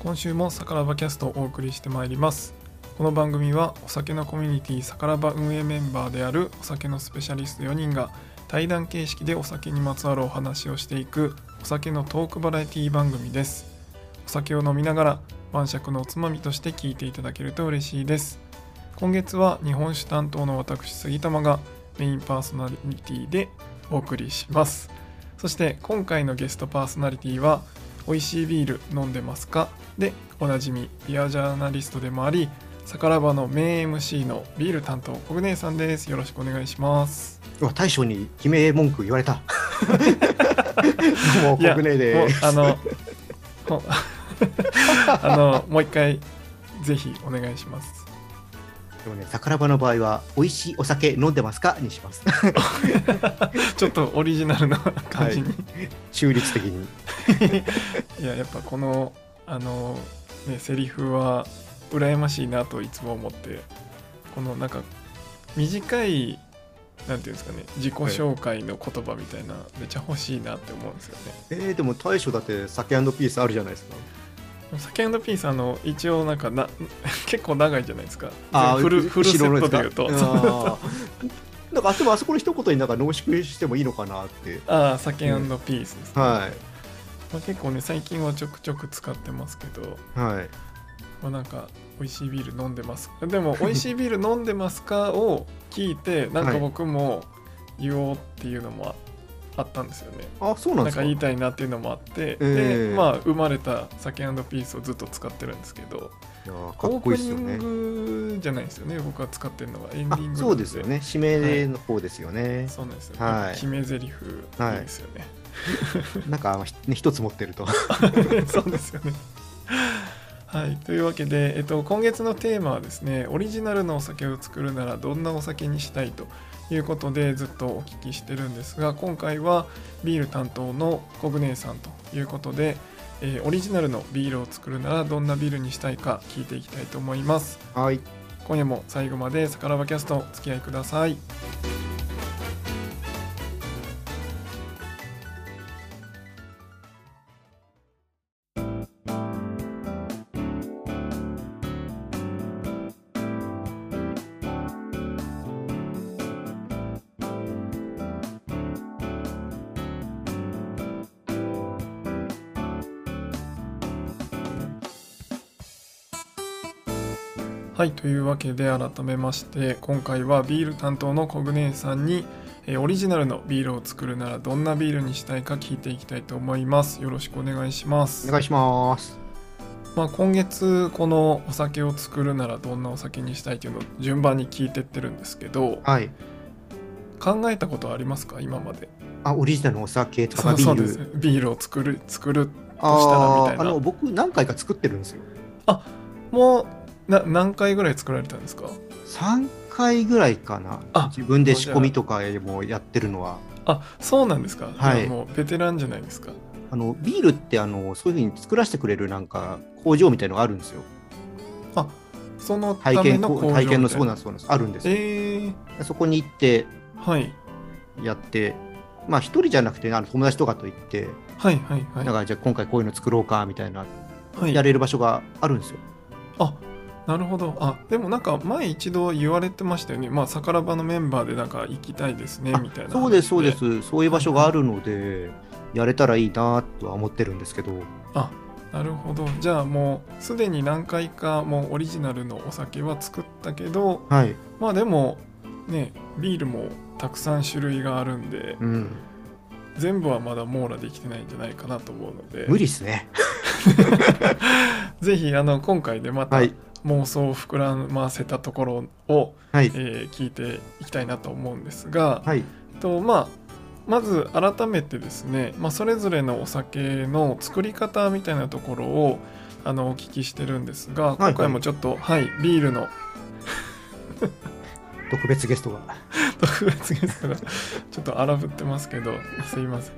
今週もサカラバキャストをお送りしてまいります。この番組はお酒のコミュニティサカラバ運営メンバーであるお酒のスペシャリスト4人が対談形式でお酒にまつわるお話をしていくお酒のトークバラエティ番組です。お酒を飲みながら晩酌のおつまみとして聞いていただけると嬉しいです。今月は日本酒担当の私杉玉がメインパーソナリティでお送りします。そして今回のゲストパーソナリティは美味しいビール飲んでますかでおなじみビアジャーナリストでもありサカラバのメイン MC のビール担当コグネさんです。よろしくお願いします。 大将に決め文句言われたもうコグネでもう一回ぜひお願いします。 でもね、サカラバの場合は美味しいお酒飲んでますかにしますちょっとオリジナルな感じに、はい、 中立的にやっぱこのセリフは羨ましいなといつも思って、このなんか短いなんていうんですかね、自己紹介の言葉みたいな、めっちゃ欲しいなって思うんですよね。 でも大将だって酒&ピースあるじゃないですか。 酒&ピース一応なんか結構長いじゃないですか。フルセットで言うとなんかでもあそこの一言になんか濃縮してもいいのかなって。 酒&ピースですね、 はい。 結構ね最近はちょくちょく使ってますけど、 はい。 なんか美味しいビール飲んでますでも美味しいビール飲んでますかを聞いてなんか僕も言おうっていうのもあったんですよね。 そうなんですか。 なんか言いたいなっていうのもあって、で生まれた酒&ピースをずっと使ってるんですけど、 かっこいいですよね。 オープニングじゃないですよね、僕は使ってるのはエンディング。 そうですよね、締めの方ですよね、 はい、そうなんですよ、ね、 はい、 決め台詞いいですよね、 はい、なんか一つ持ってるとそうですよね。はい、というわけで、今月のテーマはですね、オリジナルのお酒を作るならどんなお酒にしたいということでずっとお聞きしてるんですが、今回はビール担当のコグネさんということで、オリジナルのビールを作るならどんなビールにしたいか聞いていきたいと思います。 はい、 今夜も最後までサカラバキャストお付き合いください。はい、というわけで改めまして今回はビール担当のコグネさんにオリジナルのビールを作るならどんなビールにしたいか聞いていきたいと思います。よろしくお願いします。 お願いします。 今月このお酒を作るならどんなお酒にしたいというのを順番に聞いてってるんですけど、 はい、 考えたことありますか今まで。 オリジナルのお酒とかビール。 そうです、ビールを作るとしたらみたいな。 僕何回か作ってるんですよ。 もう何回ぐらい作られたんですか ？3回ぐらいかな。自分で仕込みとかもやってるのは。 そうなんですか。 はい、 もうベテランじゃないですか。 ビールってそういう風に作らせてくれるなんか工場みたいのがあるんですよ。 そのための工場みたいな。 体験のそうなんですあるんですよ。そこに行ってやって、一人じゃなくて友達とかと行って、だからじゃあ今回こういうの作ろうかみたいな、やれる場所があるんですよ。 なるほど。でもなんか前一度言われてましたよね。サカラバのメンバーでなんか行きたいですねみたいな。 そうです。そういう場所があるので、やれたらいいなとは思ってるんですけど。 なるほど。じゃあもうすでに何回かもうオリジナルのお酒は作ったけど、でもね、ビールもたくさん種類があるんで、全部はまだ網羅できてないんじゃないかなと思うので。 無理っすね。 ぜひ今回でまた、妄想を膨らませたところを、聞いていきたいなと思うんですが、まず改めてですね、それぞれのお酒の作り方みたいなところをお聞きしてるんですが、今回もちょっと、ビールの特別ゲストがちょっと荒ぶってますけどすいません。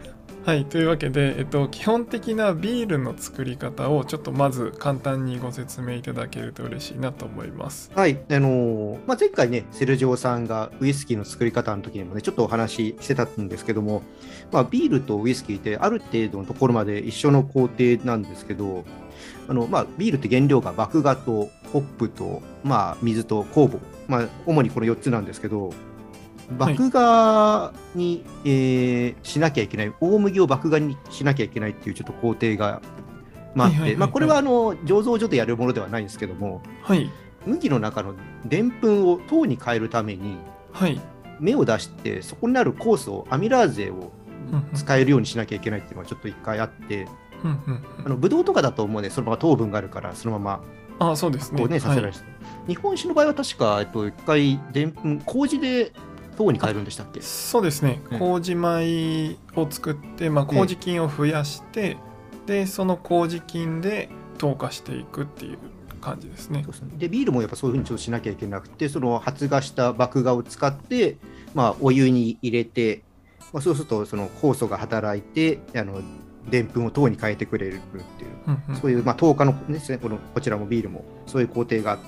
はい、というわけで、基本的なビールの作り方をちょっとまず簡単にご説明いただけると嬉しいなと思います。 はい、前回ね、セルジオさんがウイスキーの作り方の時にもね、ちょっとお話ししてたんですけども、ビールとウイスキーってある程度のところまで一緒の工程なんですけど、ビールって原料が麦芽とホップと、水と酵母、主にこの4つなんですけど、麦芽に、しなきゃいけない、大麦を麦芽にしなきゃいけないっていうちょっと工程があって、これは醸造所でやるものではないんですけども、 はい、 麦の中のでんぷんを糖に変えるために、 はい、 芽を出してそこにある酵素アミラーゼを使えるようにしなきゃいけないっていうのがちょっと一回あって、ブドウとかだともうね、そのまま糖分があるからそのままそうですね、 させられて、日本酒の場合は確か一回でんぷん麹で糖に変えるんでしたっけ？ そうですね、麹米を作って、麹菌を増やして、でその麹菌で糖化していくっていう感じですね。 そうですね。でビールもやっぱそういうふうにちょっとしなきゃいけなくて、その発芽した麦芽を使って、お湯に入れて、そうするとその酵素が働いてでんぷんを糖に変えてくれるっていう、そういう糖化のですね、こちらもビールもそういう工程があって、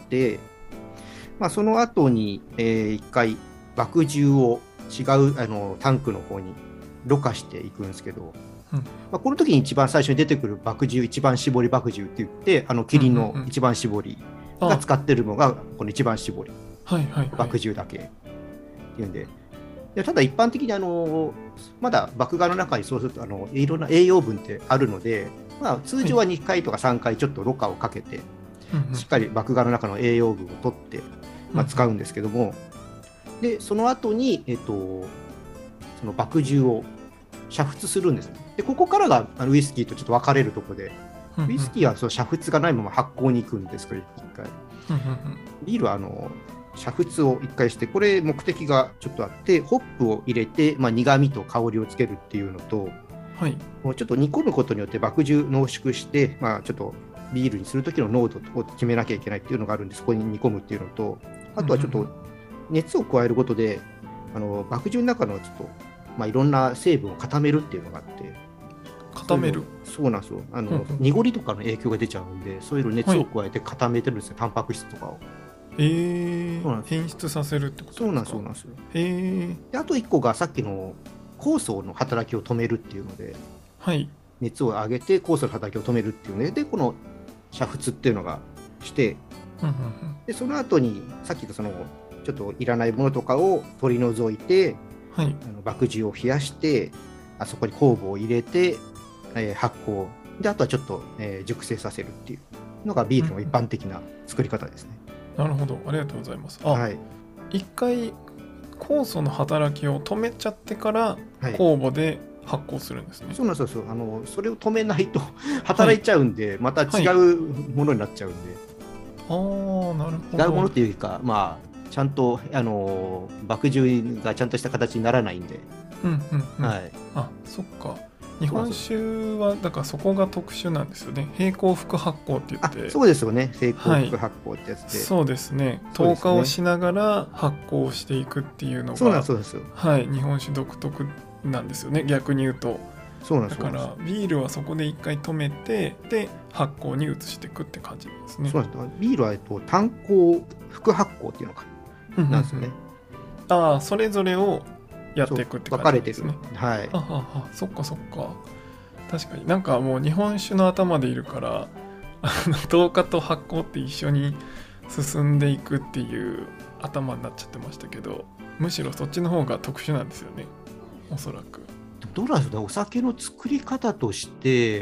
その後に、一回麦汁を違うタンクの方にろ過していくんですけど、この時に一番最初に出てくる麦汁、一番搾り麦汁って言って、キリンの一番搾りが使ってるのがこの一番搾り、麦汁だけっていうんで、ただ一般的にまだ麦芽の中にそうするといろんな栄養分ってあるので、通常は2回とか3回ちょっとろ過をかけて、しっかり麦芽の中の栄養分を取って、使うんですけども、でその後に、その麦汁を煮沸するんですね。でここからがウイスキーとちょっと分かれるところで、ウイスキーはその煮沸がないまま発酵に行くんですけど、1回ビールは煮沸を1回して、これ目的がちょっとあって、ホップを入れて、苦味と香りをつけるっていうのと、もうちょっと煮込むことによって麦汁濃縮して、ちょっとビールにする時の濃度を決めなきゃいけないっていうのがあるんで、そこに煮込むっていうのと、あとはちょっと熱を加えることで麦汁の中のちょっと、いろんな成分を固めるっていうのがあって。 固める？ そうなんですよ。濁りとかの影響が出ちゃうんで、そういうの熱を加えて固めてるんですよ、タンパク質とかを。 変質させるってことですか？ そうなんですよ。であと1個がさっきの酵素の働きを止めるっていうので、熱を上げて酵素の働きを止めるっていうので、この煮沸っていうのがして、でその後にさっきのそのちょっといらないものとかを取り除いて、麦汁を冷やして、あそこに酵母を入れて、発酵で、あとはちょっと、熟成させるっていうのがビールの一般的な作り方ですね。 なるほど、ありがとうございます。一回酵素の働きを止めちゃってから酵母で発酵するんですね。 そうなんですよ。それを止めないと働いちゃうんで、また違うものになっちゃうんで。 なるほど。 違うものっていうか、ちゃんと麦汁がちゃんとした形にならないんで。 そっか。日本酒はだからそこが特殊なんですよね。平行複発酵って言って。 そうですよね。平行複発酵ってやつで。 そうですね。糖化をしながら発酵していくっていうのが、 そうですよ。 日本酒独特なんですよね。逆に言うと。だからビールはそこで一回止めて、で発酵に移していくって感じですね。 そうです。ビールは単酵複発酵っていうのかなんですよね。 それぞれをやっていくって感じですね。 分かれてる。 そっかそっか。確かになんかもう日本酒の頭でいるから糖化と発酵って一緒に進んでいくっていう頭になっちゃってましたけど、むしろそっちの方が特殊なんですよね、おそらく。 どうなんですかね、お酒の作り方として、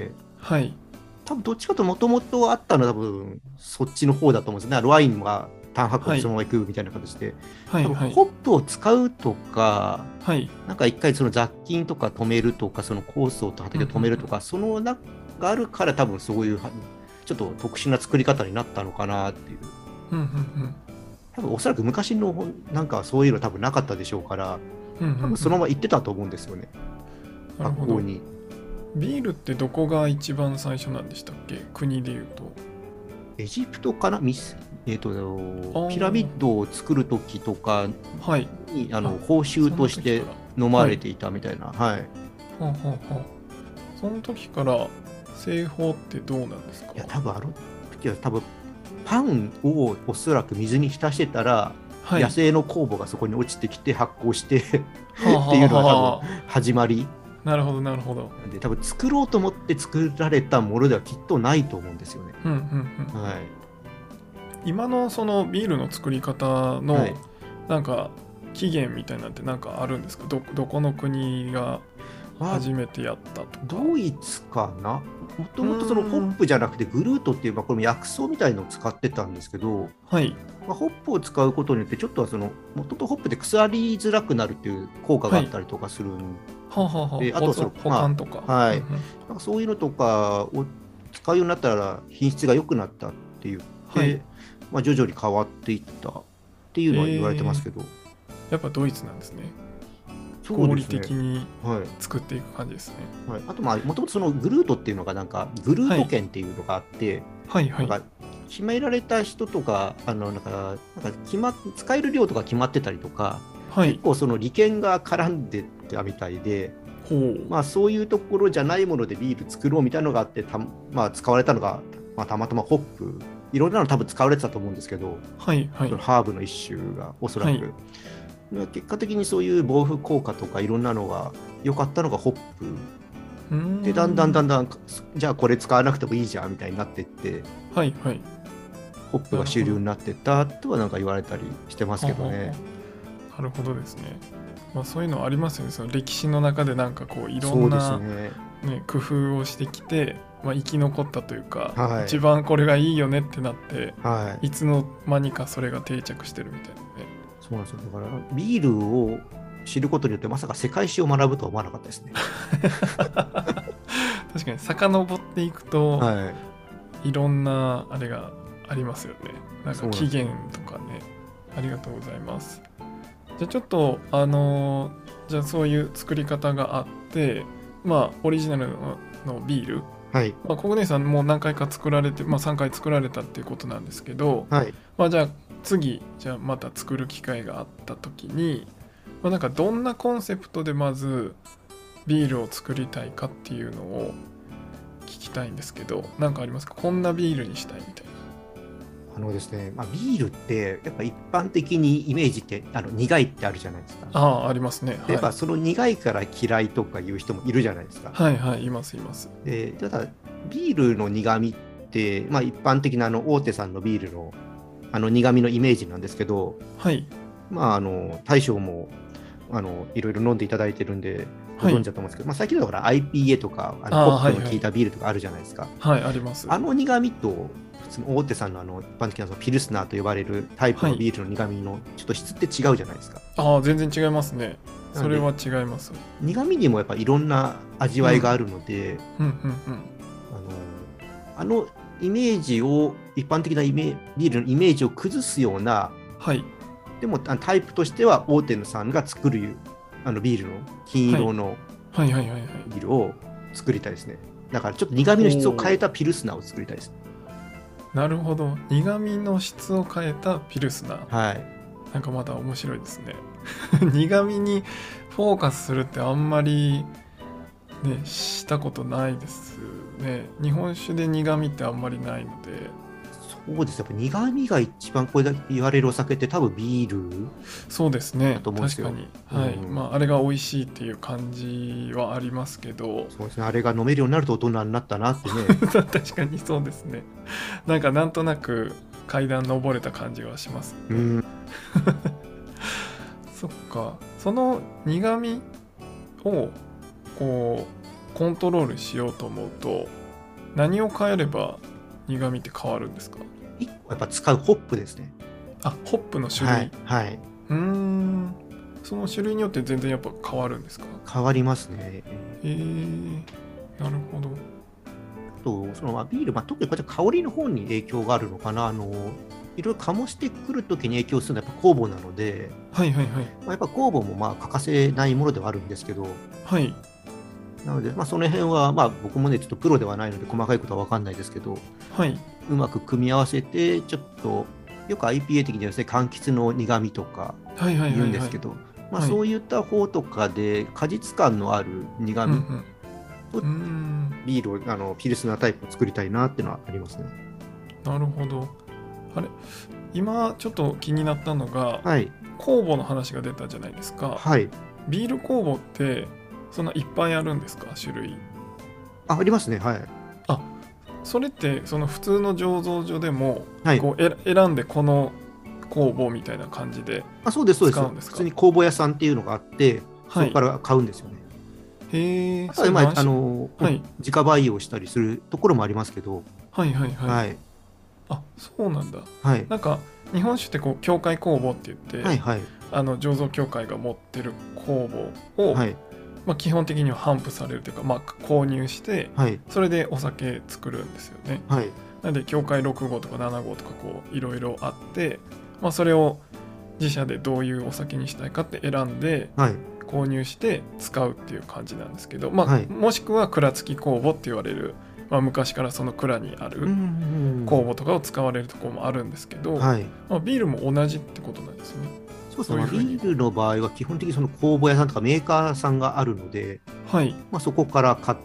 多分どっちかともともとあったのは多分そっちの方だと思うんですね。ワインは単発酵そのままいくみたいな形で、ホップを使うとか、なんか一回その雑菌とか止めるとか、その酵素と畑を止めるとか、そのがあるから多分そういうちょっと特殊な作り方になったのかなっていう。多分おそらく昔のなんかそういうの多分なかったでしょうから、多分そのまま行ってたと思うんですよね。発酵に。 ビールってどこが一番最初なんでしたっけ、国でいうと。 エジプトかな、ピラミッドを作るときとかに、報酬として飲まれていたみたいな。 その時から製法ってどうなんですか？ いや多分時はパンをおそらく水に浸してたら、はい、野生の酵母がそこに落ちてきて発酵してっていうのが多分始まり。 なるほどなるほど。 で多分作ろうと思って作られたものではきっとないと思うんですよね。 はい、今のそのビールの作り方の、はい、なんか起源みたいなんてなんかあるんですか？どこの国が初めてやったとか。 ドイツかな。もともとそのホップじゃなくてグルートっていう、これも薬草みたいのを使ってたんですけど、 はい、 ホップを使うことによってちょっとはそのもともとホップで腐りづらくなるっていう効果があったりとかするんで、あとその保管とか、 はい、なんかそういうのとかを使うようになったら品質が良くなったって言って、はい、徐々に変わっていったっていうのは言われてますけど、 やっぱドイツなんですね。合理的に作っていく感じですね。 はい、あともともとそのグルートっていうのがなんかグルート券っていうのがあって、はいはい、なんか決められた人とかなんか使える量とか決まってたりとか、はい、結構その利権が絡んでたみたいで、そういうところじゃないものでビール作ろうみたいなのがあって使われたのが、たまたまホップいろんなの多分使われてたと思うんですけど、はいはい、そのハーブの一種がおそらく、はい、結果的にそういう防腐効果とかいろんなのが良かったのがホップで、だんだんじゃあこれ使わなくてもいいじゃんみたいになっていって、はいはい、ホップが主流になってったとはなんか言われたりしてますけどね。 なるほどですね。そういうのありますよね。その歴史の中でなんかこういろんな、工夫をしてきて、生き残ったというか、はい、一番これがいいよねってなって、はい、いつの間にかそれが定着してるみたいなね。 そうなんですよ。だからビールを知ることによってまさか世界史を学ぶとは思わなかったですね。 確かに遡っていくと、はい、いろんなあれがありますよね。なんか起源とかね。ありがとうございます。じゃあちょっとじゃあそういう作り方があって、オリジナルのビール、はい、コグネさんもう何回か作られて、3回作られたっていうことなんですけど、はい、じゃあ次また作る機会があった時に、なんかどんなコンセプトでまずビールを作りたいかっていうのを聞きたいんですけど、何かありますか？こんなビールにしたいみたいな。 ですね、ビールってやっぱ一般的にイメージって苦いってあるじゃないですか。 ありますね。 はい、やっぱその苦いから嫌いとかいう人もいるじゃないですか。 はいはい、いますいます。 ただビールの苦味って、一般的な大手さんのビールの苦味のイメージなんですけど、はい、大将もいろいろ飲んでいただいてるんでご存知だと思うんですけど、最近だから IPA とかホップの効いたビールとかあるじゃないですか。 はい、あります。 苦味と普通の大手さんの一般的なピルスナーと呼ばれるタイプのビールの苦味のちょっと質って違うじゃないですか。 全然違いますね。それは違います。 苦味にもやっぱいろんな味わいがあるので、イメージを一般的なビールのイメージを崩すような、はい、でもタイプとしては大手さんが作るビールの金色のビールを作りたいですね。だからちょっと苦味の質を変えたピルスナーを作りたいです。 なるほど。苦味の質を変えたピルスナー。 はい。 なんかまた面白いですね。苦味にフォーカスするってあんまりねしたことないですね。日本酒で苦味ってあんまりないので。 そうです。やっぱ苦味が一番これだけ言われるお酒って多分ビール。 そうですね。確かに。はい。あれが美味しいっていう感じはありますけど。 そうですね。あれが飲めるようになると大人になったなってね。 確かにそうですね。なんとなく階段登れた感じはします、ね。そっか。その苦味をこうコントロールしようと思うと何を変えれば苦味って変わるんですか？ やっぱ使うホップですね。 ホップの種類。 はい。 その種類によって全然やっぱ変わるんですか？ 変わりますね。 なるほど。 そのビール、特にこうやって香りの方に影響があるのかな。いろいろ醸してくるときに影響するのはやっぱ酵母なので、はいはいはい。やっぱ酵母も欠かせないものではあるんですけど、はい。なので、その辺は、僕もね、ちょっとプロではないので、細かいことは分かんないですけど、はい、うまく組み合わせて、ちょっと、よく IPA 的にはですね、柑橘の苦味とか言うんですけど、そういった方とかで、果実感のある苦味ビールをピルスナータイプを作りたいなっていうのはありますね。 なるほど。あれ、今ちょっと気になったのが、 はい、 酵母の話が出たじゃないですか。 はい、 ビール酵母ってそんないっぱいあるんですか、種類。 ありますね。はい。 あ、それってその普通の醸造所でも、 はい、 こう選んでこの酵母みたいな感じでそうですそうです。 使うんですか。 普通に酵母屋さんっていうのがあって、そこから買うんですよね。 へえ。 あとははい、自家培養したりするところもありますけど。 はいはいはい。 はい、 あ、そうなんだ。 はい、 なんか日本酒ってこう協会酵母って言って、 はい、はい、 醸造協会が持ってる酵母を、 はい、 基本的には頒布されるというか、購入して、 はい、 それでお酒作るんですよね。 はい。 なので協会6号とか7号とかこういろいろあって、それを自社でどういうお酒にしたいかって選んで、 はい、 購入して使うっていう感じなんですけど、 はい、 もしくは蔵付き酵母って言われる、昔からその蔵にある酵母とかを使われるところもあるんですけど、 はい、 ビールも同じってことなんですね。 そうですね。ビールの場合は基本的にその酵母屋さんとかメーカーさんがあるので、 はい、 そこから買って、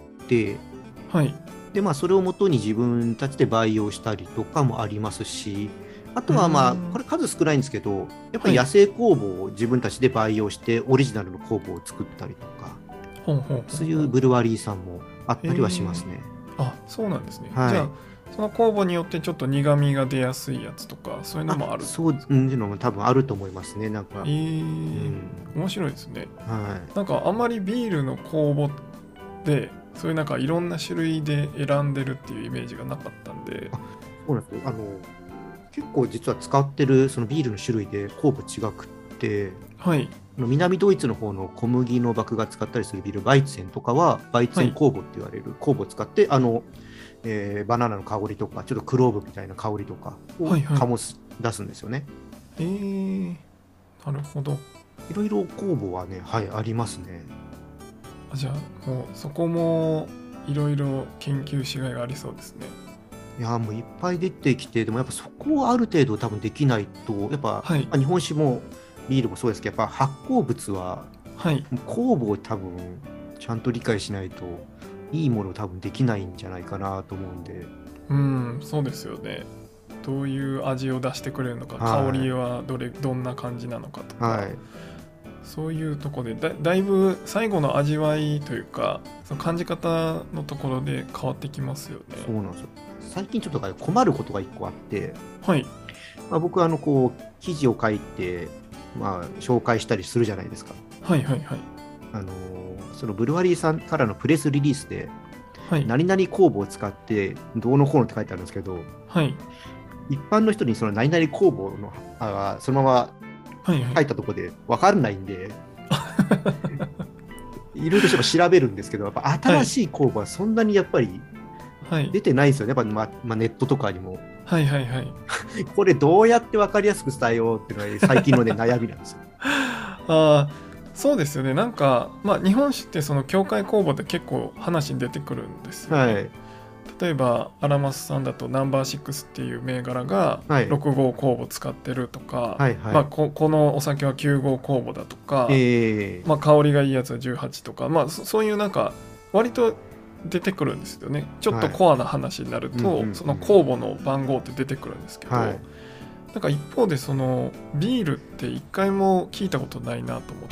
はい、 でそれをもとに自分たちで培養したりとかもありますし、あとはこれ数少ないんですけど、やっぱり野生酵母を自分たちで培養してオリジナルの酵母を作ったりとか、そういうブルワリーさんもあったりはしますね。 あ、そうなんですね。 はい、じゃあその酵母によってちょっと苦味が出やすいやつとかそういうのもある。 そういうのも多分あると思いますね。なんか、 面白いですね。 はい、 なんかあんまりビールの酵母でそういうなんかいろんな種類で選んでるっていうイメージがなかったんで。 そうなんですよ。結構実は使ってるそのビールの種類で酵母違くって、 はい、 南ドイツの方の小麦の麦が使ったりするビールバイツェンとかはバイツェン酵母って言われる酵母を使って、バナナの香りとかちょっとクローブみたいな香りとかを醸す、出すんですよね。 なるほど。 いろいろ酵母はね、はい、ありますね。 じゃあもうそこもいろいろ研究しがいがありそうですね。 いやもういっぱい出てきて、でもやっぱそこをある程度多分できないと、やっぱ、 はい、 日本酒もビールもそうですけど、やっぱ発酵物は、 はい、 酵母を多分ちゃんと理解しないといいもの多分できないんじゃないかなと思うんで。 そうですよね。どういう味を出してくれるのか、 はい、 香りはどんな感じなのかとか、 はい、 そういうところでだいぶ最後の味わいというかその感じ方のところで変わってきますよね。 そうなんですよ。最近ちょっと困ることが一個あって、 はい、 僕こう記事を書いて、紹介したりするじゃないですか。 はいはいはい。 そのブルワリーさんからのプレスリリースで、 はい、 何々酵母を使ってどうのこうのって書いてあるんですけど、 はい、 一般の人にその何々酵母のそのまま書いたところで分からないんで、いろいろ調べるんですけど、やっぱ新しい酵母はそんなにやっぱり出てないんですよね。やっぱネットとかにも。 はいはいはい。 これどうやって分かりやすく伝えようっていうのが最近のね悩みなんですよ。 そうですよね。なんか、日本酒ってその協会酵母って結構話に出てくるんですよね。はい、例えばアラマスさんだとナンバー6っていう銘柄が6号酵母使ってるとか、はいはい、このお酒は9号酵母だとか、香りがいいやつは18とか、そういうなんか割と出てくるんですよね。ちょっとコアな話になると、その酵母の番号って出てくるんですけど、なんか一方でそのビールって一回も聞いたことないなと思って。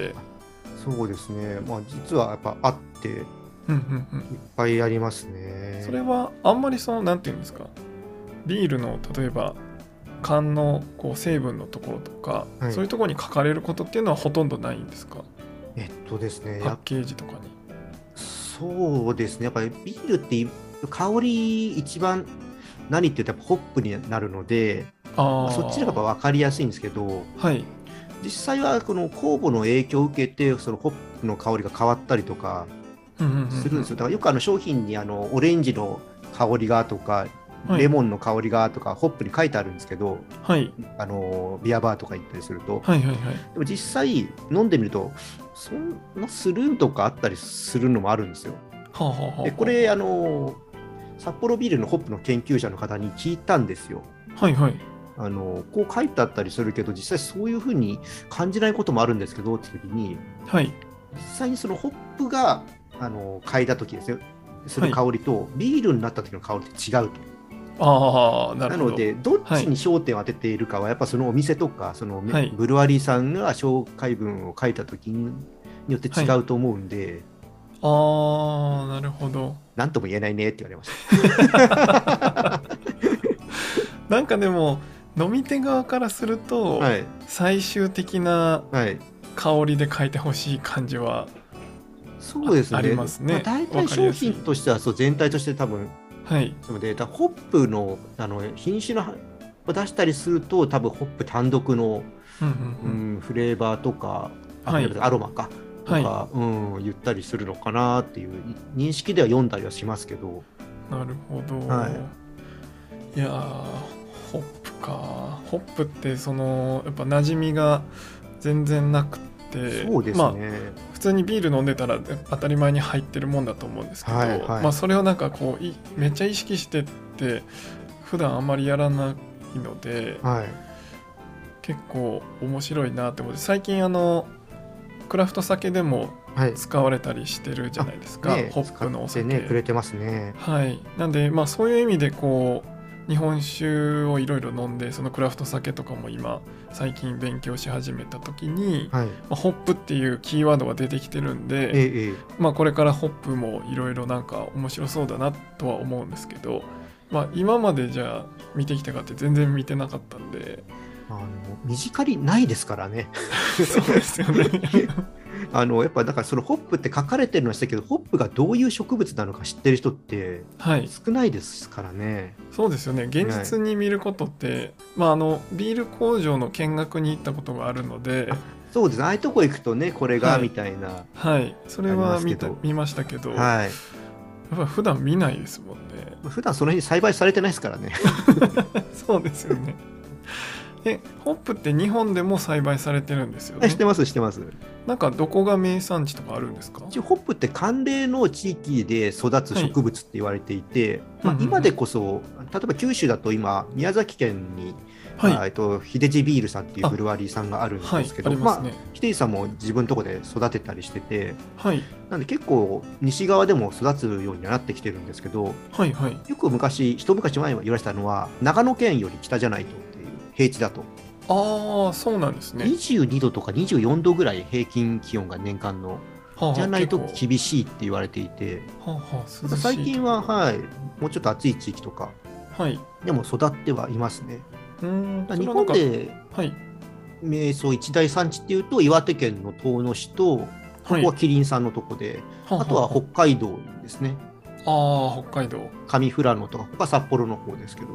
そうですね。実はやっぱあって、いっぱいありますね。 それはあんまりなんていうんですか、ビールの例えば缶のこう成分のところとか、そういうところに書かれることっていうのはほとんどないんですか？ ですね。 パッケージとかに。 そうですね。やっぱりビールって香り一番何って言ったらホップになるので、そっちの方が分かりやすいんですけど、 はい、 実際はこの酵母の影響を受けてそのホップの香りが変わったりとかするんですよ。だからよく商品にオレンジの香りがとか、レモンの香りがとかホップに書いてあるんですけど、 はい、 ビアバーとか行ったりすると、 はいはいはい、 でも実際飲んでみるとそんなスルーとかあったりするのもあるんですよ。でこれ札幌ビールのホップの研究者の方に聞いたんですよ。 はいはい。 こう書いてあったりするけど実際そういうふうに感じないこともあるんですけどって時に、 はい、 実際にそのホップが嗅いだ時ですよ、する香りと、ビールになった時の香りって違うと。 なるほど。 なのでどっちに焦点を当てているかはやっぱそのお店とかそのブルワリーさんが紹介文を書いた時によって違うと思うんで、 なるほど。 なんとも言えないねって言われましたなんかでも飲み手側からすると、最終的な香りで書いてほしい感じはそうですね、 ありますね。 大体商品としてはそう全体として多分、そのデータホップの品種のを出したりすると多分ホップ単独の、フレーバーとかアロマかとか、言ったりするのかなっていう認識では読んだりはしますけど。 なるほど。いやホップか。ホップってそのやっぱ馴染みが全然なくて、 そうですね、 普通にビール飲んでたら当たり前に入ってるもんだと思うんですけど、それをなんかこうめっちゃ意識してって普段あんまりやらないので、結構面白いなって思って、最近クラフト酒でも使われたりしてるじゃないですか、ホップのお酒くれてますね。 なんでそういう意味でこう日本酒をいろいろ飲んで、そのクラフト酒とかも今最近勉強し始めた時に、ホップっていうキーワードが出てきてるんで、これからホップもいろいろなんか面白そうだなとは思うんですけど、今までじゃあ見てきたかって全然見てなかったんで、 身近にないですからねそうですよねやっぱだからそのホップって書かれてるのはしたけど、ホップがどういう植物なのか知ってる人って少ないですからね。 そうですよね。現実に見ることって、ビール工場の見学に行ったことがあるので、 そうですね、ああいうとこ行くとねこれがみたいな、 それは見ましたけど、やっぱり普段見ないですもんね。 普段その辺に栽培されてないですからねそうですよね。ホップって日本でも栽培されてるんですよね。 してますしてます。 なんかどこが名産地とかあるんですか？ 一応ホップって寒冷の地域で育つ植物って言われていて、今でこそ例えば九州だと今宮崎県に、秀治ビールさんっていうブルワリーさんがあるんですけど、秀治さんも自分のとこで育てたりしてて、なんで結構西側でも育つようにはなってきてるんですけど、よく一昔前は言われてたのは長野県より北じゃないとっていう平地だと。 そうなんですね。 22度とか24度ぐらい平均気温が年間のじゃないと厳しいって言われていて、最近は、もうちょっと暑い地域とかでも育ってはいますね。日本で瞑想一大産地っていうと岩手県の遠野市と、ここはキリンさんのとこで、あとは北海道ですね。 北海道上富良野とか、ここは札幌の方ですけど。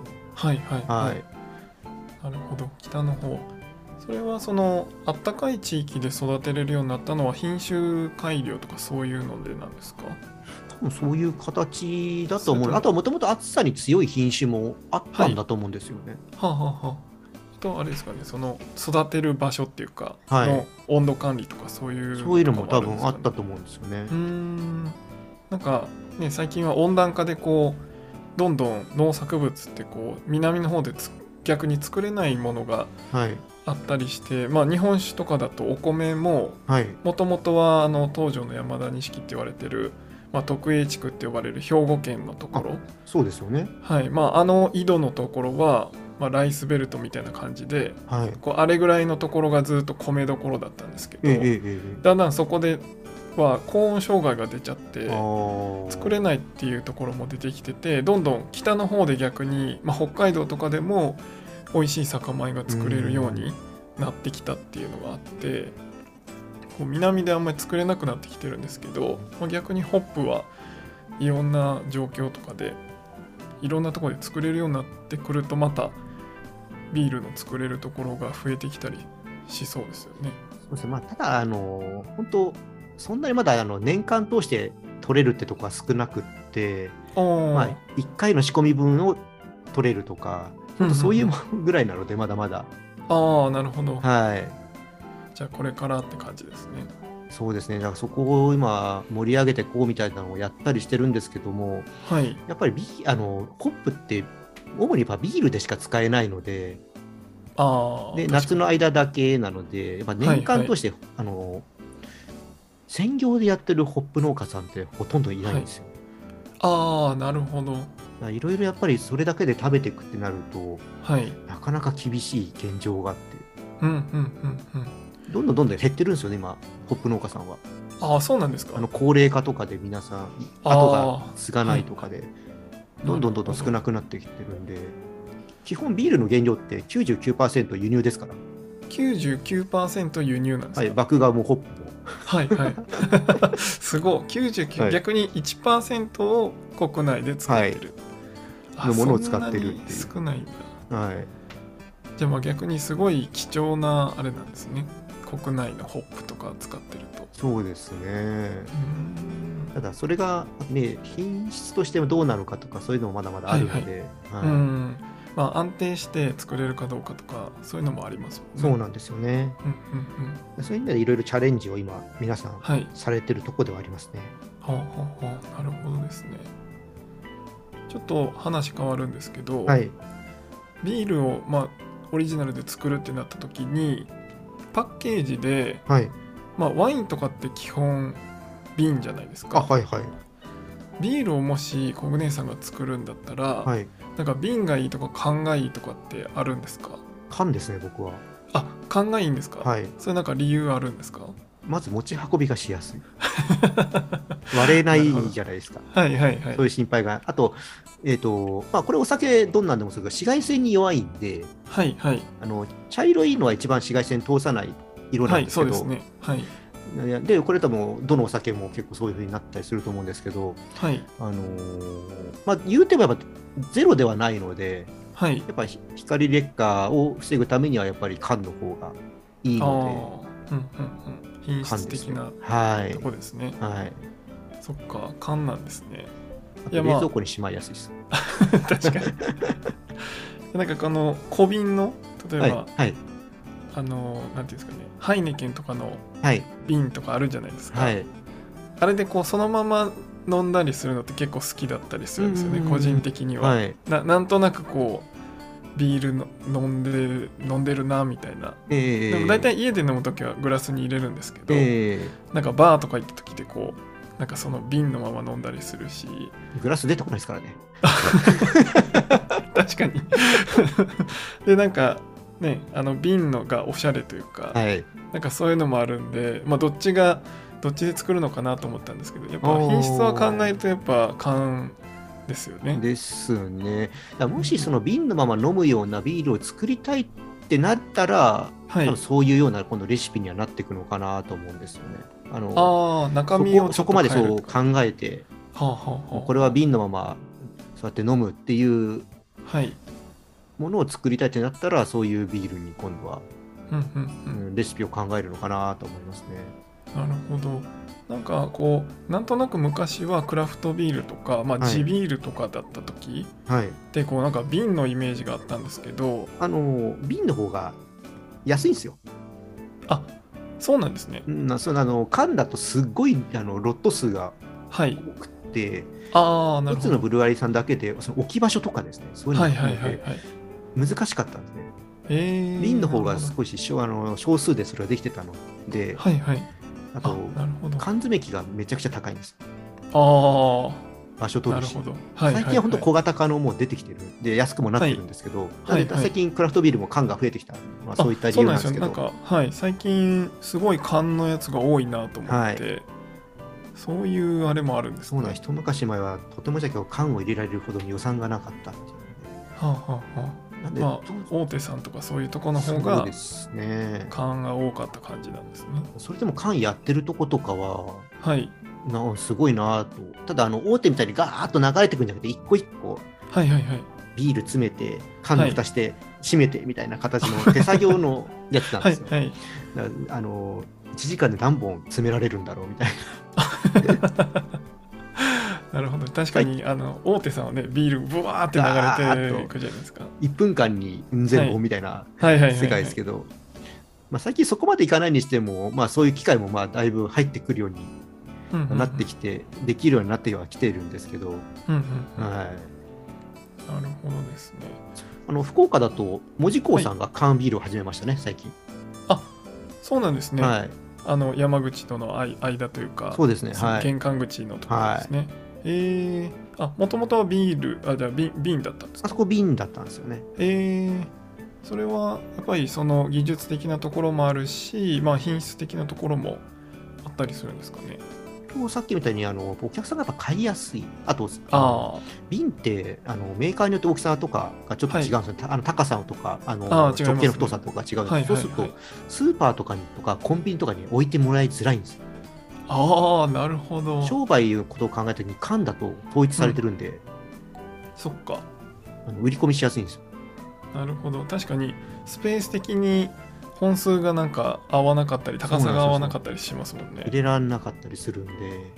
なるほど、北の方。それはそのあったかい地域で育てれるようになったのは品種改良とかそういうのでなんですか？ 多分そういう形だと思う。あとはもともと暑さに強い品種もあったんだと思うんですよね。 あとあれですかね、その育てる場所っていうか、の温度管理とかそういうのも多分あったと思うんですよね。 なんかね、最近は温暖化でこうどんどん農作物ってこう南の方で逆に作れないものがあったりして、日本酒とかだとお米ももともとは東条の山田錦って言われてる、徳栄地区って呼ばれる兵庫県のところ、 そうですよね。 井戸のところは、ライスベルトみたいな感じで、こうあれぐらいのところがずっと米どころだったんですけど、だんだんそこでは高温障害が出ちゃって作れないっていうところも出てきてて、どんどん北の方で逆に、北海道とかでも美味しい酒米が作れるようになってきたっていうのがあって、こう南であんまり作れなくなってきてるんですけど、逆にホップはいろんな状況とかでいろんなところで作れるようになってくると、またビールの作れるところが増えてきたりしそうですよね。 そうですね。ただ本当そんなにまだ年間通して取れるってとこは少なくって、1回の仕込み分を取れるとか、そういうぐらいなのでまだまだ。 なるほど。じゃあこれからって感じですね。 そうですね。だからそこを今盛り上げてこうみたいなのをやったりしてるんですけども、やっぱりホップって主にビールでしか使えないので、夏の間だけなので、やっぱ年間通して、 専業でやってるホップ農家さんってほとんどいないんですよ。 ああ、なるほど。 いろいろやっぱりそれだけで食べていくってなると、 はいなかなか厳しい現状があって、 うんうんうんうんどんどん減ってるんですよね、今、ホップ農家さんは。 ああ、そうなんですか。 高齢化とかで皆さん、後が継がないとかで、どんどん少なくなってきてるんで、基本ビールの原料って 99% 輸入ですから。 99% 輸入なんですか。 はい、麦芽もホップも。 はいはいすごい99、はい、逆に 1% を国内で使ってる、 はい、のものを使ってるっていう。 少ないんだ。 はい。 じゃあまあ逆にすごい貴重なあれなんですね、国内のホップとか使ってると。 そうですね。ただそれがね、品質としてもどうなのかとかそういうのもまだまだあるので、 はいはい、はい、まあ、安定して作れるかどうかとかそういうのもありますもんね。 そうなんですよね、そういう意味でいろいろチャレンジを今皆さんされてるとこではありますね。 はあはあはあ、なるほどですね。ちょっと話変わるんですけど、 はい、 ビールを、まあ、オリジナルで作るってなった時にパッケージで、 はい、 まあ、ワインとかって基本瓶じゃないですか。 はいはい。 ビールをもしコグネさんが作るんだったら、はい、なんか瓶がいいとか缶がいいとかってあるんですか？ 缶ですね、僕は。 あ、缶がいいんですか？ はい。 それなんか理由あるんですか？ まず持ち運びがしやすい割れないじゃないですか。 はいはいはい。 そういう心配が。あと、まあ、これお酒どんなんでもそうですが、紫外線に弱いんで、 はいはい。 茶色いのは一番紫外線通さない色なんですけど、 はい、そうですね。はい。 でこれ多分どのお酒も結構そういう風になったりすると思うんですけど、 はい、 まあ、言うてもやっぱゼロではないので、 はい、 やっぱり光劣化を防ぐためにはやっぱり缶の方がいいので、品質的なとこですね。 はい、 そっか、缶なんですね。 あと冷蔵庫にしまいやすいです。 確かになんかこの小瓶の例えば、 はい、 なんていうんですかね、ハイネケンとかの瓶とかあるじゃないですか、はい、あれでこうそのまま飲んだりするのって結構好きだったりするんですよね、個人的には、はい、なんとなくこうビールの飲んでるなみたいな、でも大体家で飲むときはグラスに入れるんですけど、なんかバーとか行った時でこうなんかその瓶のまま飲んだりするし、 グラス出てこないですからね確かにでなんかね、瓶のがおしゃれというか、はい、なんかそういうのもあるんで、まあ、どっちで作るのかなと思ったんですけど、やっぱ品質は考えるとやっぱ缶ですよね。 ですね。もしその瓶のまま飲むようなビールを作りたいってなったら、はい、そういうようなこのレシピにはなっていくのかなと思うんですよね。 中身をそこまでそう考えて、これは瓶のままそうやって飲むっていうものを作りたいってなったら、そういうビールに今度は、レシピを考えるのかなと思いますね。 なるほど。なんかこうなんとなく昔はクラフトビールとか、まあ、地ビールとかだった時、はい、でこうなんか瓶のイメージがあったんですけど、 瓶の方が安いんですよ。 あ、そうなんですね。 缶だとすっごいロット数が多くて、はい、一つのブルワリーさんだけでその置き場所とかですね、そういうのが難しかったんですね。瓶の方が少し少数でそれができてたので、はいはい、あと缶詰機がめちゃくちゃ高いんです。場所取るし、最近は本当小型化のもう出てきてるで安くもなってるんですけど、最近クラフトビールも缶が増えてきた、まあ、そういった理由なんですけど、 なんか、はい、最近すごい缶のやつが多いなと思って、はい、そういうあれもあるんですね。 そうなんです。一昔前はとてもじゃけど缶を入れられるほどに予算がなかったっていうので、 なんで、まあ、大手さんとかそういうところの方が缶が多かった感じなんですね。 それでも缶やってるとことかは、 はい、 すごいなと。ただ大手みたいにガーッと流れてくんじゃなくて、一個一個ビール詰めて缶の蓋して閉めてみたいな形の手作業のやつなんですよ。はいはい、1時間で何本詰められるんだろうみたいな。 なるほど。確かに大手さんはね、ビールブワーって流れていくじゃないですか。 1分間に全本みたいな世界ですけど、最近そこまでいかないにしても、まあ、そういう機会もまあだいぶ入ってくるようになってきて、できるようになってはきているんですけど、 なるほどですね。 福岡だと門司港さんが缶ビールを始めましたね、最近。 あ、そうなんですね。 はい、 山口との間というか、 そうですね、はい、 玄関口のところですね。はい、もともとはビール、じゃあ瓶だったんですか？ あそこ瓶だったんですよね。 それはやっぱりその技術的なところもあるし、品質的なところもあったりするんですかね。 さっきみたいにお客さんがやっぱ買いやすい。あと瓶ってメーカーによって大きさとかがちょっと違うんですよ、はい、高さとか直径の太さとか違うんです、そうするとスーパーとかにとかコンビニとかに置いてもらいづらいんですよ。 なるほど。 商売のことを考えた時に缶だと統一されてるんで、 そっか、 売り込みしやすいんですよ。 なるほど。確かにスペース的に本数がなんか合わなかったり高さが合わなかったりしますもんね。 入れられなかったりするんで、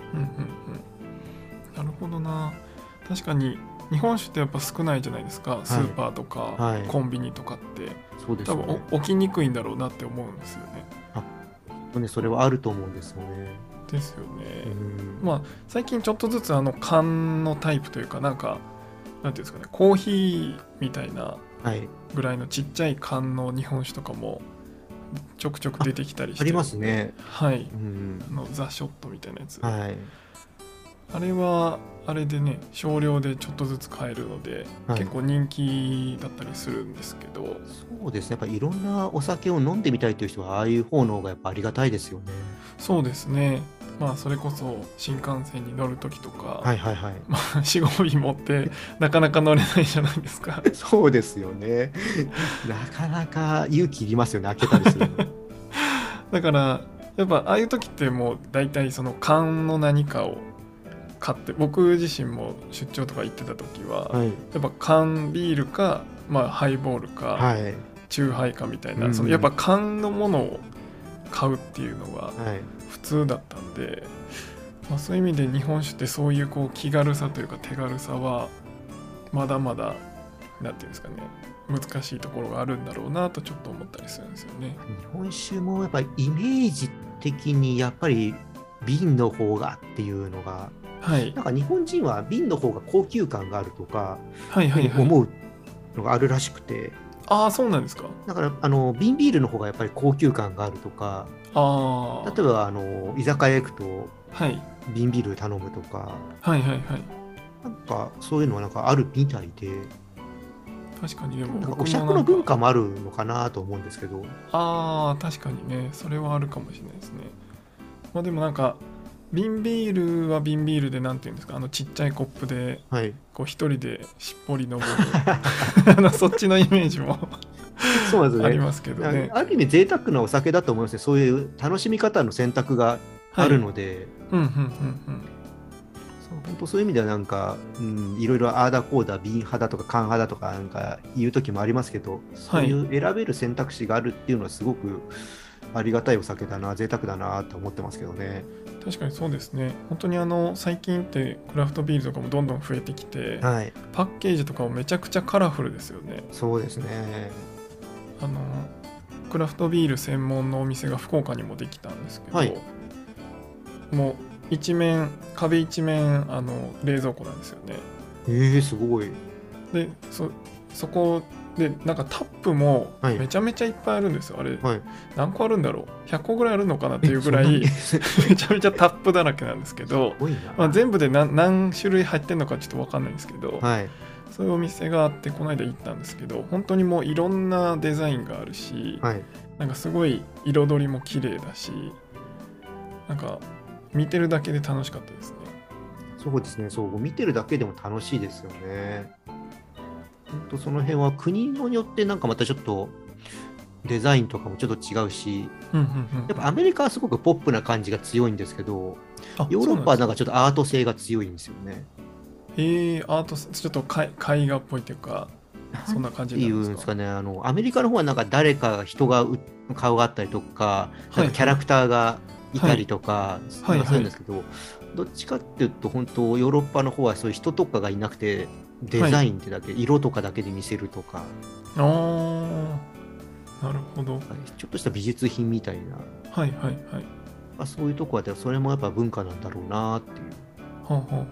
なるほどな。確かに日本酒ってやっぱ少ないじゃないですか、スーパーとか、はい、コンビニとかって。 そうですよね、 多分置きにくいんだろうなって思うんですよね。 それはあると思うんですよね。 ですよね。最近ちょっとずつ缶のタイプというか、なんていうんですかね、コーヒーみたいなぐらいのちっちゃい缶の日本酒とかもちょくちょく出てきたりして、 ありますね。 はい、ザ・ショットみたいなやつ、 はい、 あれはあれでね、少量でちょっとずつ買えるので、はい、結構人気だったりするんですけど。 そうですね、やっぱいろんなお酒を飲んでみたいという人はああいう方の方がやっぱありがたいですよね。 そうですね。それこそ新幹線に乗るときとか、 はいはいはい、 4、5瓶持ってなかなか乗れないじゃないですか。 そうですよね。なかなか勇気いりますよね、開けたりするの。 だからやっぱああいう時ってもう大体その缶の何かを買って、僕自身も出張とか行ってた時は、はい、やっぱ缶ビールか、ハイボールか、はい、チューハイかみたいな、そのやっぱ缶のものを買うっていうのが普通だったんで、そういう意味で日本酒ってそういう気軽さというか手軽さはまだまだなんていうんですかね、難しいところがあるんだろうなとちょっと思ったりするんですよね。 日本酒もやっぱりイメージ的にやっぱり瓶の方がっていうのが、はい、なんか日本人は瓶の方が高級感があるとか思うのがあるらしくて、 そうなんですか。 だから瓶ビールの方がやっぱり高級感があるとか、例えば居酒屋行くと瓶ビール頼むとか、なんかそういうのはなんかあるみたいで。 確かに。でもお酌の文化もあるのかなと思うんですけど。 確かにね、それはあるかもしれないですね。でもなんか瓶ビールは瓶ビールでなんていうんですか、ちっちゃいコップで一人でしっぽり飲むそっちのイメージもそうですね、ありますけどね。 ある意味贅沢なお酒だと思いますね。そういう楽しみ方の選択があるので、本当そういう意味ではなんか、いろいろああだこうだ瓶派だとか缶派だとかなんか言う時もありますけど、そういう選べる選択肢があるっていうのはすごくありがたいお酒だな、贅沢だなと思ってますけどね。 確かにそうですね。本当に最近ってクラフトビールとかもどんどん増えてきて、パッケージとかもめちゃくちゃカラフルですよね。 そうですね。 クラフトビール専門のお店が福岡にもできたんですけど、もう壁一面冷蔵庫なんですよね。 すごい。 でそこでなんかタップもめちゃめちゃいっぱいあるんですよ、あれ、何個あるんだろう、100個ぐらいあるのかなっていうぐらいめちゃめちゃタップだらけなんですけど、全部で何種類入ってんのかちょっと分かんないんですけど、そういうお店があってこの間行ったんですけど、本当にもういろんなデザインがあるし、なんかすごい彩りも綺麗だし、なんか見てるだけで楽しかったですね。 そうですね、そう見てるだけでも楽しいですよね。その辺は国によってなんかまたちょっとデザインとかもちょっと違うし、やっぱアメリカはすごくポップな感じが強いんですけど、ヨーロッパはなんかちょっとアート性が強いんですよね。 アートちょっと絵画っぽいというか、そんな感じなんですか。 っていうんですかね、アメリカの方はなんか誰か人が顔があったりとか、なんかキャラクターがいたりとか、そういうんですけど、どっちかっていうと本当ヨーロッパの方はそういう人とかがいなくて、デザインってだけ、色とかだけで見せるとか、 なるほど、 ちょっとした美術品みたいな、そういうとこはそれもやっぱ文化なんだろうなっていう。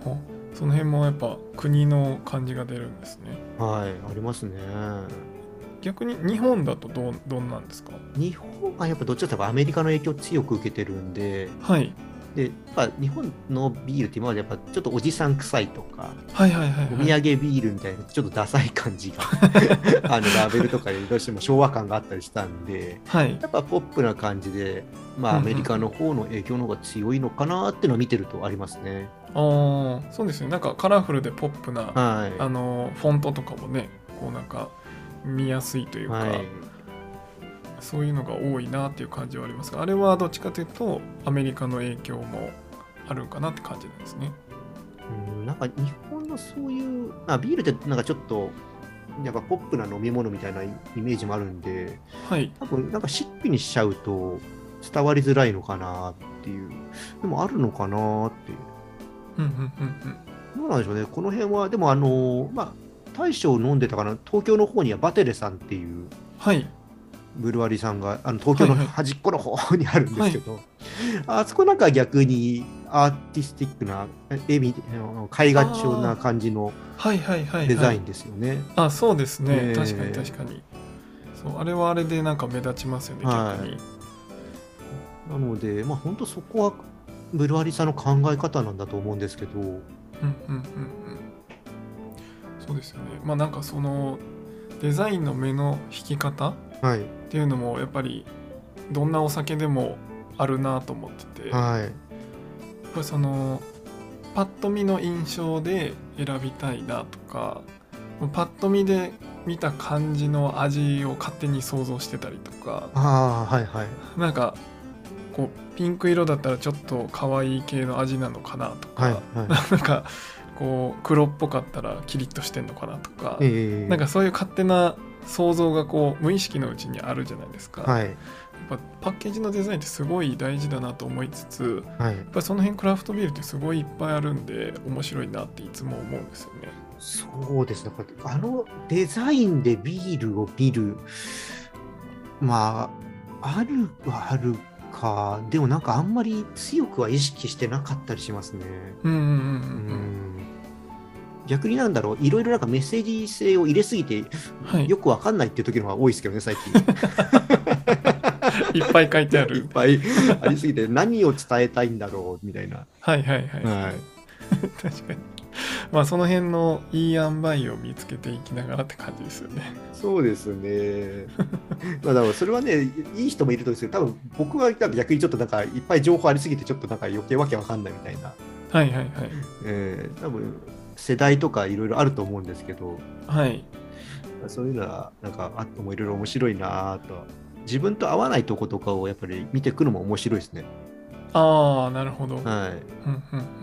その辺もやっぱ国の感じが出るんですね。 ありますね。 逆に日本だとどんなんですか？ 日本はやっぱどっちかというとアメリカの影響を強く受けてるんで、 はい。 でやっぱ日本のビールって今までやっぱちょっとおじさん臭いとか、 はいはいはいはい、 お土産ビールみたいなちょっとダサい感じがラベルとかでどうしても昭和感があったりしたんで、 はい、 やっぱポップな感じで、まあ、アメリカの方の影響の方が強いのかなっていうのを見てるとありますね。 ああ、そうですね。なんかカラフルでポップな、 はい、 フォントとかもね、こうなんか見やすいというか、はい、そういうのが多いなっていう感じはありますが、あれはどっちかというとアメリカの影響もあるかなって感じなんですね。 なんか日本のそういう、ビールってなんかちょっとやっぱポップな飲み物みたいなイメージもあるんで、 はい、 多分なんかしっぴにしちゃうと伝わりづらいのかなっていう、でもあるのかなっていう。どうなんでしょうね、この辺は。でも大将飲んでたかな、東京の方にはバテレさんっていう、 はい、 ブルワリーさんが東京の端っこの方にあるんですけど、はいはい、あそこなんか逆にアーティスティックな絵画調な感じのデザインですよね。 あ、そうですね、確かに確かに。そう、あれはあれでなんか目立ちますよね、 はい、 逆に。 なので本当そこはブルワリーさんの考え方なんだと思うんですけど、 そうですよね。なんかそのデザインの目の引き方っていうのもやっぱりどんなお酒でもあるなと思ってて、 はい、 やっぱりそのパッと見の印象で選びたいなとか、パッと見で見た感じの味を勝手に想像してたりとか、 はいはい、 なんかこうピンク色だったらちょっと可愛い系の味なのかなとか、 はいはい、 なんかこう黒っぽかったらキリッとしてんのかなとか、なんかそういう勝手な想像がこう無意識のうちにあるじゃないですか。 はい、 やっぱパッケージのデザインってすごい大事だなと思いつつ、 はい、 やっぱその辺クラフトビールってすごいいっぱいあるんで面白いなっていつも思うんですよね。 そうですね、デザインでビールを見る、あるはあるか、でもなんかあんまり強くは意識してなかったりしますね。逆になんだろう、いろいろなんかメッセージ性を入れすぎて、よくわかんないっていう時の方が多いですけどね、最近。 いっぱい書いてある。 いっぱいありすぎて、何を伝えたいんだろうみたいな。 はいはいはい。確かに。その辺のいい塩梅を見つけていきながらって感じですよね。 そうですね。だからそれはね、いい人もいるとですけど、多分僕は逆にちょっとなんかいっぱい情報ありすぎて、ちょっとなんか余計わけわかんないみたいな。 はいはいはい。 多分世代とかいろいろあると思うんですけど、 はい。 そういうのはなんかあってもいろいろ面白いなと。自分と合わないとことかをやっぱり見てくるのも面白いですね。 ああ、なるほど。 はい。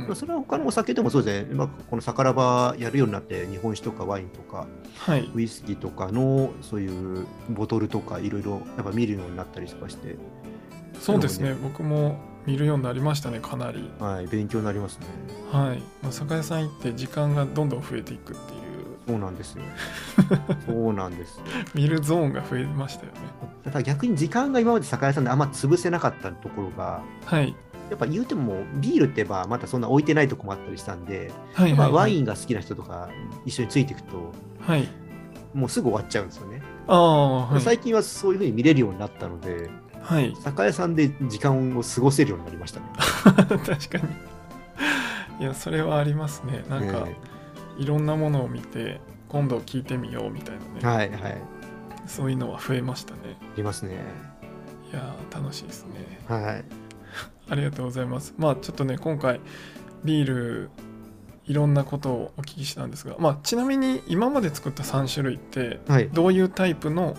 それは他のお酒でもそうですね。このサカラバやるようになって日本酒とかワインとか、 はい、 ウイスキーとかのそういうボトルとかいろいろやっぱ見るようになったりとかして。 そうですね。僕も見るようになりましたね、かなり。 はい、勉強になりますね。 はい。酒屋さん行って時間がどんどん増えていくっていう。 そうなんですよ。そうなんです。 見るゾーンが増えましたよね。 だから逆に時間が今まで酒屋さんであんま潰せなかったところが、 はい。 やっぱ言うてもビールってまたそんな置いてないとこもあったりしたんで、 はいはいはい、 ワインが好きな人とか一緒についていくと、 はい、 もうすぐ終わっちゃうんですよね。 はい、 最近はそういう風に見れるようになったので、 はい、 酒屋さんで時間を過ごせるようになりましたね。 確かに。いや、それはありますね。なんか、いろんなものを見て今度聞いてみようみたいなね。はいはい。 そういうのは増えましたね。 ありますね。 いや楽しいですね。 はい。 ありがとうございます。ちょっとね、今回ビールいろんなことをお聞きしたんですが、ちなみに今まで作った3種類ってどういうタイプの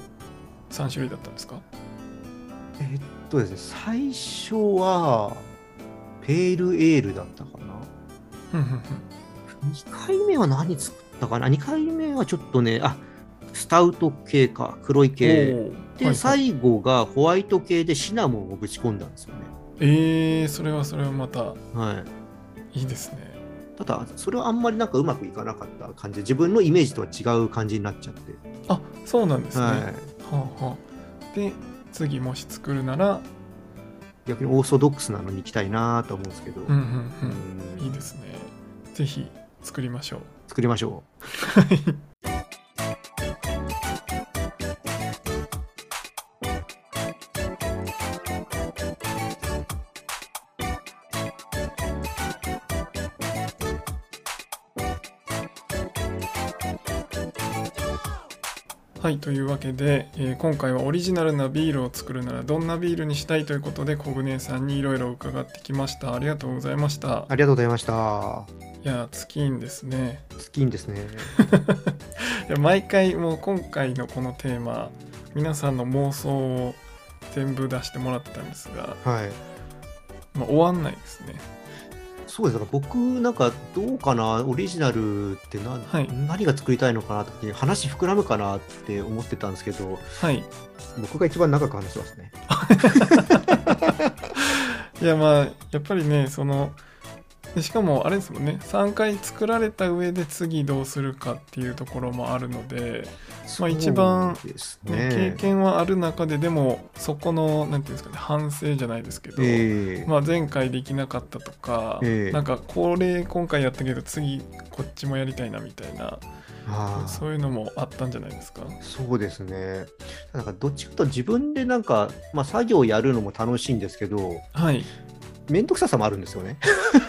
3種類だったんですか？ ですね、最初はペールエールだったかな。2回目は何作ったかな。2回目はちょっとね、スタウト系か、黒い系で、最後がホワイト系でシナモンをぶち込んだんですよね。 それはまたいいですね。 ただそれはあんまりなんかうまくいかなかった感じで、自分のイメージとは違う感じになっちゃって。 あ、そうなんですね。で次もし作るなら逆にオーソドックスなのに行きたいなと思うんですけど。 いいですね。ぜひ作りましょう。 作りましょう。 はい、というわけで、今回はオリジナルなビールを作るならどんなビールにしたいということで小舟さんにいろいろ伺ってきました。ありがとうございました。 ありがとうございました。 いや、尽きんですね。 尽きんですね。 いや、毎回もう今回のこのテーマ、皆さんの妄想を全部出してもらってたんですが、 はい、 終わんないですね。 そうです。だから僕なんかどうかな、オリジナルってはい、何が作りたいのかなって話膨らむかなって思ってたんですけど、 はい、 僕が一番長く話してますね。 いや、まあやっぱりね、しかもあれですもんね、3回作られた上で次どうするかっていうところもあるので、一番、ね、経験はある中ででもそこのなんていうんですかね、反省じゃないですけど、前回できなかったとか、なんか今回やったけど次こっちもやりたいなみたいな、そういうのもあったんじゃないですか。 そうですね。なんかどっちかと自分でなんか、作業やるのも楽しいんですけど、 はい、 面倒くささもあるんですよね。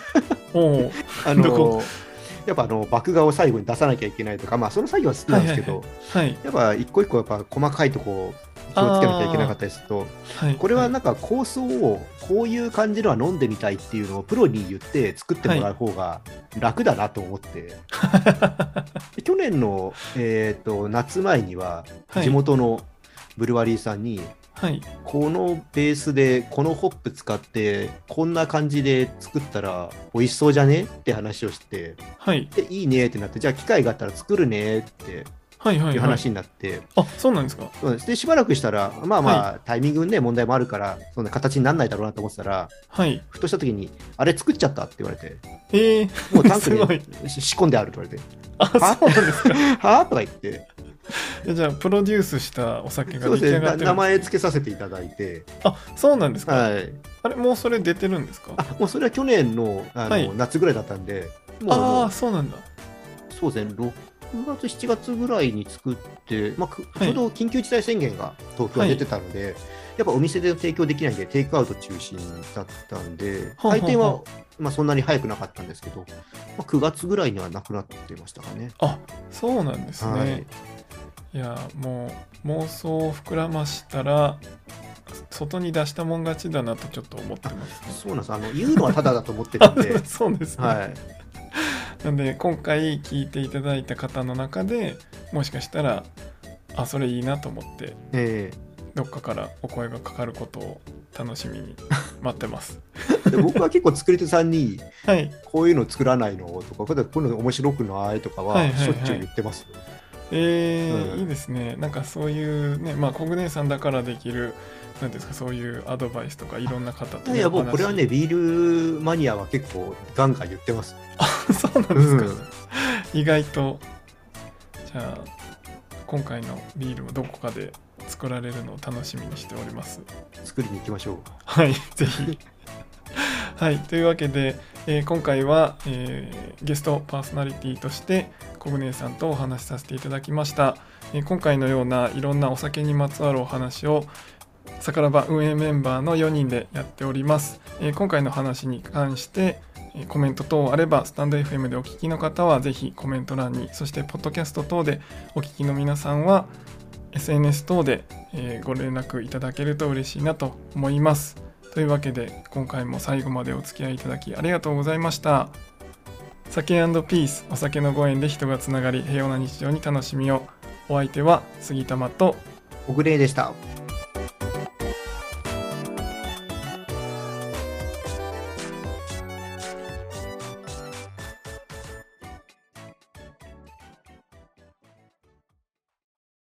やっぱ麦芽を最後に出さなきゃいけないとか、その作業は好きなんですけど、やっぱ一個一個やっぱ細かいとこ気をつけなきゃいけなかったりすると、これはなんか構想をこういう感じのは飲んでみたいっていうのをプロに言って作ってもらう方が楽だなと思って、去年の、夏前には地元のブルワリーさんに、このベースでこのホップ使ってこんな感じで作ったら美味しそうじゃねって話をして、でいいねってなって、じゃあ機会があったら作るねっていう話になって、 あ、そうなんですか。 そうです。でしばらくしたらタイミングね問題もあるからそんな形にならないだろうなと思ってたら、ふとした時にあれ作っちゃったって言われて、もうタンクに仕込んであるって言われて、 あ、そうなんですか。 はとか言って。 じゃあプロデュースしたお酒が出来上がってるんですか。 名前付けさせていただいて。 あ、そうなんですか。 はい。 あれ、もうそれ出てるんですか。 もうそれは去年の夏ぐらいだったんで。 そうなんだ。 そうですね。6月7月ぐらいに作って、ちょうど緊急事態宣言が東京は出てたので、やっぱお店で提供できないんでテイクアウト中心だったんで、開店はそんなに早くなかったんですけど、9月ぐらいにはなくなってましたかね。 あ、そうなんですね。いや、もう妄想を膨らましたら外に出したもん勝ちだなとちょっと思ってます、ね。 そうなんです。言うのはただだと思ってるんで。 そうですね。なんで今回聞いていただいた方の中でもしかしたらそれいいなと思って、どっかからお声がかかることを楽しみに待ってます。 僕は結構作り手さんに、こういうの作らないのとか、こういうの面白くないとかはしょっちゅう言ってます。 いいですね。なんかそういうね、小舟さんだからできる、なんですか、そういうアドバイスとかいろんな方と、 いや、もうこれはね、ビールマニアは結構ガンガン言ってます。 そうなんですか。意外と。じゃあ今回のビールもどこかで作られるのを楽しみにしております。 作りに行きましょう。 はい、ぜひ。はい、というわけで、今回は、ゲストパーソナリティとして小舟さんとお話しさせていただきました。今回のようないろんなお酒にまつわるお話をさからば運営メンバーの4人でやっております。今回の話に関してコメント等あればスタンド FM でお聞きの方はぜひコメント欄に、そしてポッドキャスト等でお聞きの皆さんは SNS 等で、ご連絡いただけると嬉しいなと思います。というわけで今回も最後までお付き合いいただきありがとうございました。酒&ピース、お酒のご縁で人がつながり平和な日常に楽しみを。お相手は杉玉と小暮でした。